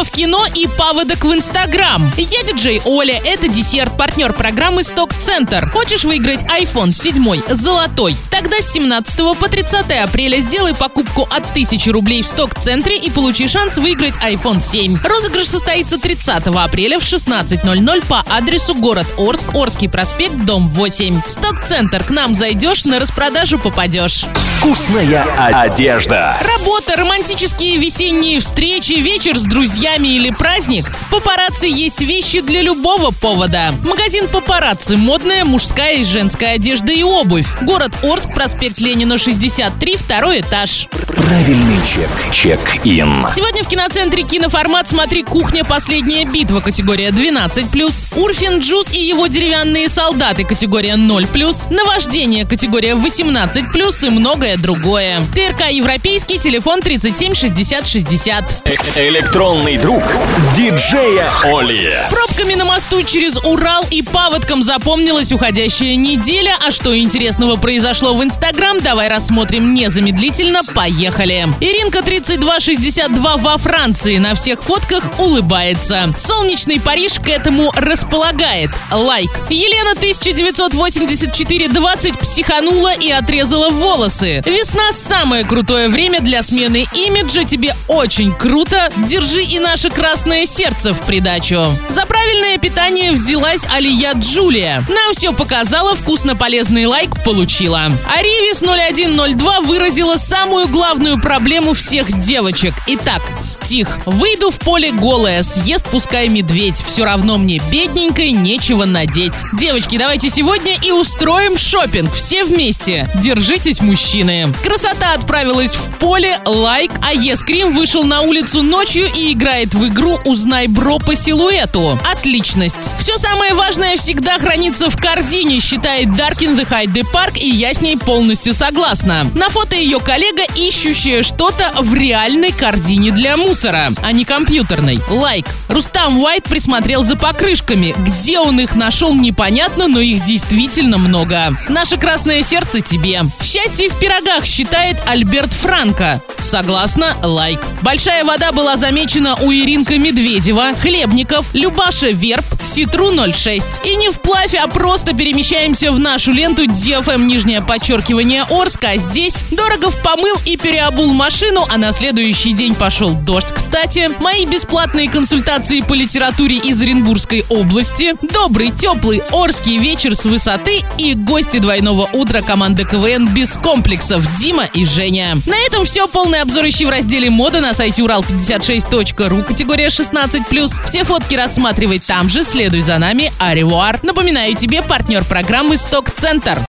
в кино и паводок в Инстаграм. Я диджей Оля, это десерт, партнер программы «Сток-центр». Хочешь выиграть iPhone 7 золотой? Тогда с 17 по 30 апреля сделай покупку от 1000 рублей в «Сток-центре» и получи шанс выиграть iPhone 7. Розыгрыш состоится 30 апреля в 16:00 по адресу город Орск, Орский проспект, дом 8. «Сток-центр». К нам зайдешь, на распродажу попадешь. Вкусная одежда. Работа, романтические весенние встречи, вечер с друзьями или праздник. В «Папарацци» есть вещи для любого повода. Магазин «Папарацци». Модная, мужская и женская одежда и обувь. Город Орск, проспект Ленина, 63, 2 этаж. Правильный чек. Чек-ин. Сегодня в киноцентре «Киноформат» смотри «Кухня. Последняя битва», категория 12+. Урфин Джюс и его деревянные солдаты, категория 0+. Наваждение, категория 18+, и многое другое. ТРК «Европейский», телефон 37 60 60. Электронный друг диджея Оли. Пробками на мосту через Урал и паводком запомнилась уходящая неделя. А что интересного произошло в Инстаграм, давай рассмотрим незамедлительно. Поехали. Иринка 3262 во Франции. На всех фотках улыбается. Солнечный Париж к этому располагает. Лайк. Елена 1984 20 психанула и отрезала волосы. Весна — самое крутое время для смены имиджа. Тебе очень круто. Держи и наше красное сердце в придачу. За правильное питание взялась Алия Джулия. Нам все показала, вкусно-полезный лайк получила. Аривис 0102 выразила самую главную проблему всех девочек. Итак, стих. Выйду в поле голая, съест пускай медведь. Все равно мне бедненькой нечего надеть. Девочки, давайте сегодня и устроим шопинг. Все вместе. Держитесь, мужчины. Красота отправилась в поле, лайк. А Ескрим вышел на улицу ночью и играет в игру «Узнай бро по силуэту». Отличность. Все самое важное всегда хранится в корзине, считает Даркин The Hyde Park, и я с ней полностью согласна. На фото ее коллега, ищущая что-то в реальной корзине для мусора, а не компьютерной. Лайк. Рустам Уайт присмотрел за покрышками. Где он их нашел, непонятно, но их действительно много. Наше красное сердце тебе. Счастье в пирогах, считает Альберт Франко. Согласна, лайк. Большая вода была замечена у Иринка Медведева, Хлебников, Любаша Верб, Ситру 06. И не вплавь, а просто перемещаемся в нашу ленту DFM _ Орск. А здесь Дорогов помыл и переобул машину, а на следующий день пошел дождь, кстати. Мои бесплатные консультации по литературе из Оренбургской области. Добрый, теплый Орский вечер с высоты и гости двойного утра команды КВН без комплексов Дима и Женя. На этом все. Полный обзор ищи в разделе «Мода» на сайте урал56.ру, категория 16+. Все фотки рассматривай там же. Следуй за нами. Аревуар. Напоминаю тебе, партнер программы «Сток-центр».